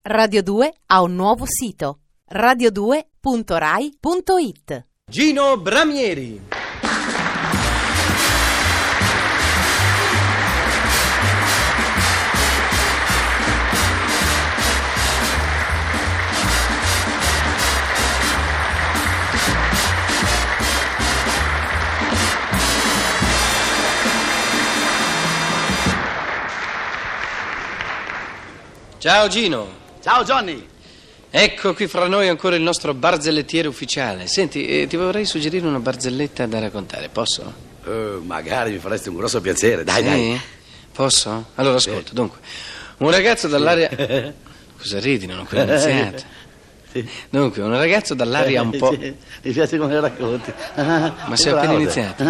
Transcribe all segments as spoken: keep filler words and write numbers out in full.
Radio due ha un nuovo sito: radio due punto rai punto it. Gino Bramieri. Ciao Gino. Ciao Johnny. Ecco qui fra noi ancora il nostro barzellettiere ufficiale. Senti, eh, ti vorrei suggerire una barzelletta da raccontare, posso? Uh, magari mi faresti un grosso piacere, dai, sì? dai. Posso? Allora ascolta, sì. Dunque, un ragazzo dall'aria... Cosa ridi? Non ho ancora iniziato. Sì. Dunque, un ragazzo dall'aria un po'... Mi piace come racconti. Ma sei appena iniziato.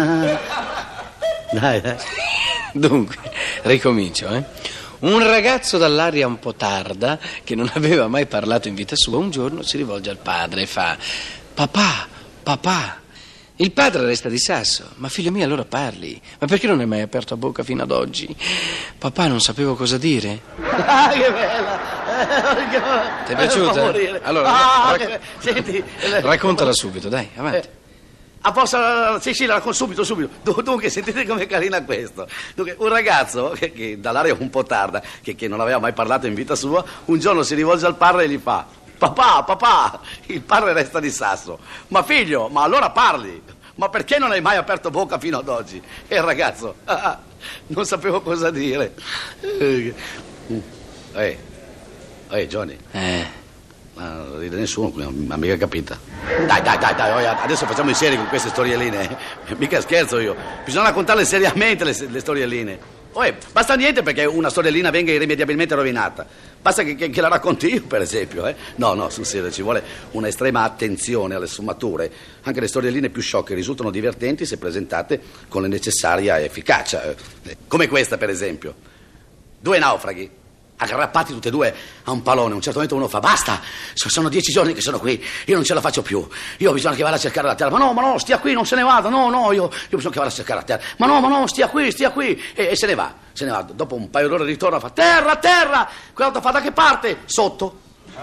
Dai, dai. Dunque, ricomincio, eh. Un ragazzo dall'aria un po' tarda, che non aveva mai parlato in vita sua, un giorno si rivolge al padre e fa: papà, papà. Il padre resta di sasso: ma figlio mio, allora parli. Ma perché non hai mai aperto la bocca fino ad oggi? Papà, non sapevo cosa dire. Ah, che bella. Ti è piaciuta? Allora, ah, rac- che... Senti, raccontala subito, dai, avanti. A posto, sì, sì, la racconto subito, subito. Dunque, sentite com'è carina questo. Dunque, un ragazzo che, che dall'aria un po' tarda, che, che non aveva mai parlato in vita sua, un giorno si rivolge al padre e gli fa: papà, papà. Il padre resta di sasso: ma figlio, ma allora parli. Ma perché non hai mai aperto bocca fino ad oggi? E il ragazzo: ah, non sapevo cosa dire. Ehi, eh, eh, Johnny. Eh. Ma ride nessuno, ma mica capita. Dai, dai, dai, dai, adesso facciamo in serie con queste storielline. Mica scherzo io. Bisogna raccontarle seriamente le, le storielline. Oh, basta niente perché una storiellina venga irrimediabilmente rovinata. Basta che, che, che la racconti io, per esempio, eh? No, no, sul serio, ci vuole una estrema attenzione alle sfumature. Anche le storielline più sciocche risultano divertenti se presentate con la necessaria efficacia. Come questa, per esempio. Due naufraghi aggrappati tutti e due a un palone. A un certo momento uno fa: basta, sono dieci giorni che sono qui, io non ce la faccio più, io bisogna che vada a cercare la terra. Ma no, ma no, stia qui, non se ne vada, no, no, io, io bisogna che vada a cercare la terra. Ma no, ma no, stia qui, stia qui. E, e se ne va, se ne va. Dopo un paio d'ore ritorna, fa: terra, terra. Quell'altro fa: da che parte? Sotto.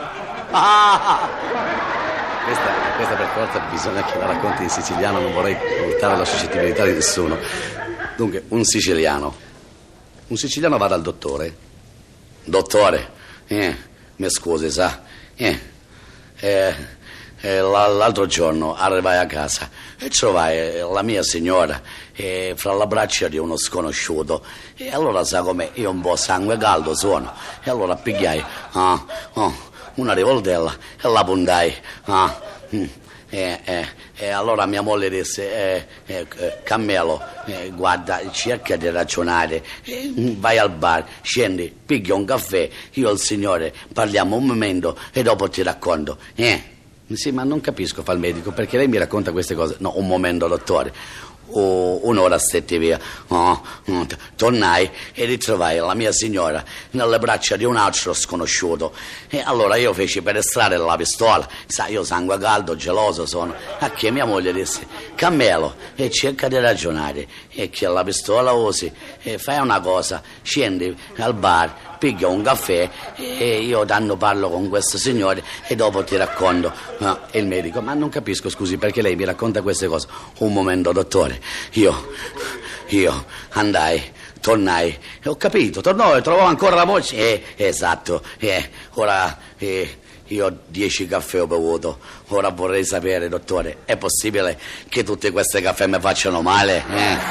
Ah. Questa, questa per forza bisogna che la racconti in siciliano, non vorrei urtare la suscettibilità di nessuno. Dunque, un siciliano. Un siciliano va dal dottore. Dottore, eh, mi scusi, sa, eh, eh, eh, l'altro giorno arrivai a casa e trovai la mia signora eh, fra le braccia di uno sconosciuto. E allora, sa come io un po' sangue caldo sono, e allora pigliai ah, oh, una rivoltella e la puntai. Ah, mm. E eh, eh, allora mia moglie disse: eh, eh, Cammello, eh, guarda, cerca di ragionare, eh, vai al bar, scendi, piglia un caffè, io e il signore parliamo un momento e dopo ti racconto. Eh, sì, ma non capisco, fa il medico, perché lei mi racconta queste cose. No, un momento, dottore. Oh, un'ora stetti via. Oh, oh, tornai e ritrovai la mia signora nelle braccia di un altro sconosciuto. E allora io feci per estrarre la pistola. Sai, io sangue caldo, geloso sono. A che mia moglie disse: Cammello, e cerca di ragionare, e che la pistola usi, e fai una cosa, scendi al bar, piglia un caffè e io tanto parlo con questo signore e dopo ti racconto. No, e il medico: ma non capisco, scusi, perché lei mi racconta queste cose. Un momento, dottore. Io, io andai, tornai, e ho capito, tornò e trovò ancora la voce. Eh, esatto, eh, ora eh, io dieci caffè ho bevuto, ora vorrei sapere, dottore, è possibile che tutti questi caffè mi facciano male?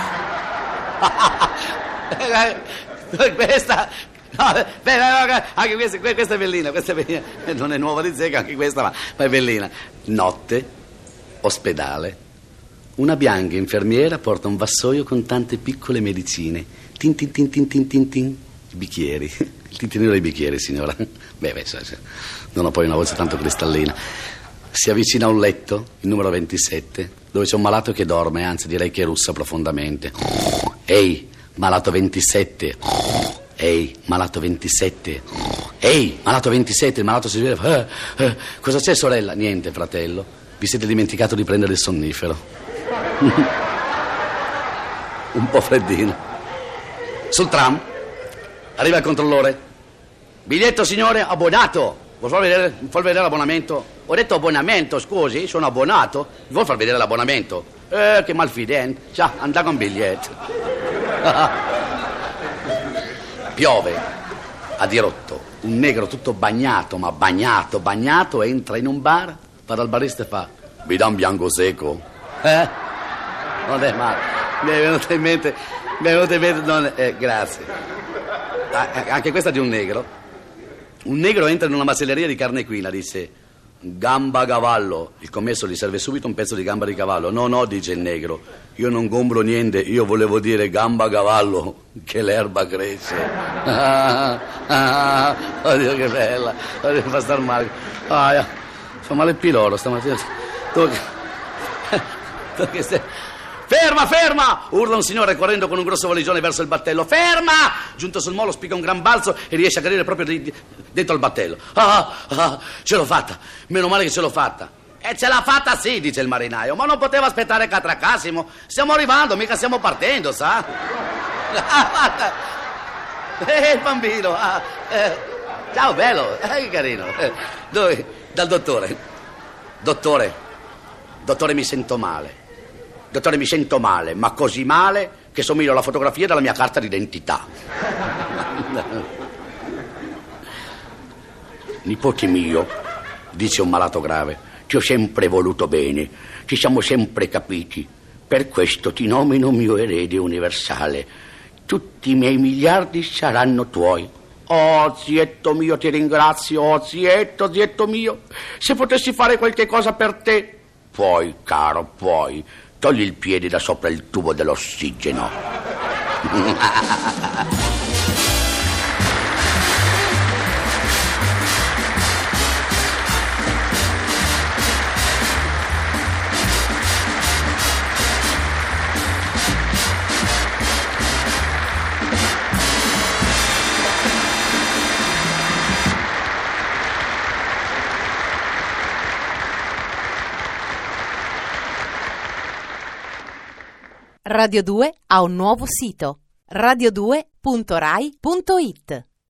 Eh? Questa... No, beh, anche questa, questa è bellina, questa è bellina, non è nuova di zecca anche questa, ma, ma è bellina. Notte, ospedale. Una bianca infermiera porta un vassoio con tante piccole medicine. Tin tin tin tin tin tin tin. I bicchieri. Il tintinino dei bicchieri, signora. Beh, beh, non ho poi una voce tanto cristallina. Si avvicina a un letto, il numero ventisette, dove c'è un malato che dorme, anzi direi che russa profondamente. Ehi, malato ventisette. Ehi, malato ventisette. Ehi, malato ventisette. Il malato si sveglia. Eh, eh, cosa c'è, sorella? Niente, fratello. Vi siete dimenticato di prendere il sonnifero. Un po' freddino. Sul tram arriva il controllore. Biglietto, signore, abbonato. Vuol far vedere, vuol vedere l'abbonamento? Ho detto abbonamento, scusi, sono abbonato. Vuol far vedere l'abbonamento? Eh, che malfidente. Già, andà con biglietto. Piove a dirotto. Un negro tutto bagnato, ma bagnato, bagnato, entra in un bar, va dal barista e fa: mi dà un bianco secco? Eh? Non è male. Mi è venuto in mente, mi è venuto in mente, non è, eh, grazie. Ah, anche questa di un negro. Un negro entra in una macelleria di carne equina, disse: gamba a cavallo. Il commesso gli serve subito un pezzo di gamba di cavallo. No, no, dice il negro, io non compro niente, io volevo dire gamba a cavallo, che l'erba cresce. Ah, ah, oddio che bella, oddio fa star male. Ah, fa male il piloro stamattina. Tu che... tu che stai... Ferma, ferma! Urla un signore correndo con un grosso valigione verso il battello. Ferma! Giunto sul molo spicca un gran balzo e riesce a cadere proprio di, di, dentro il battello. Ah, ah, ce l'ho fatta. Meno male che ce l'ho fatta. E ce l'ha fatta sì, dice il marinaio, ma non poteva aspettare che attraccassimo. Stiamo arrivando, mica stiamo partendo, sa? Ah, eh, il bambino. Ah, eh. Ciao, bello. Eh, che carino. Eh, dove? Dal dottore. Dottore, dottore mi sento male. Dottore, mi sento male, ma così male che somiglio alla fotografia della mia carta d'identità. Nipote mio, dice un malato grave, ti ho sempre voluto bene, ci siamo sempre capiti. Per questo ti nomino mio erede universale. Tutti i miei miliardi saranno tuoi. Oh, zietto mio, ti ringrazio. Oh, zietto, zietto mio. Se potessi fare qualche cosa per te. Puoi, caro, puoi. Togli il piede da sopra il tubo dell'ossigeno. Radio due ha un nuovo sito: radio due punto rai punto it.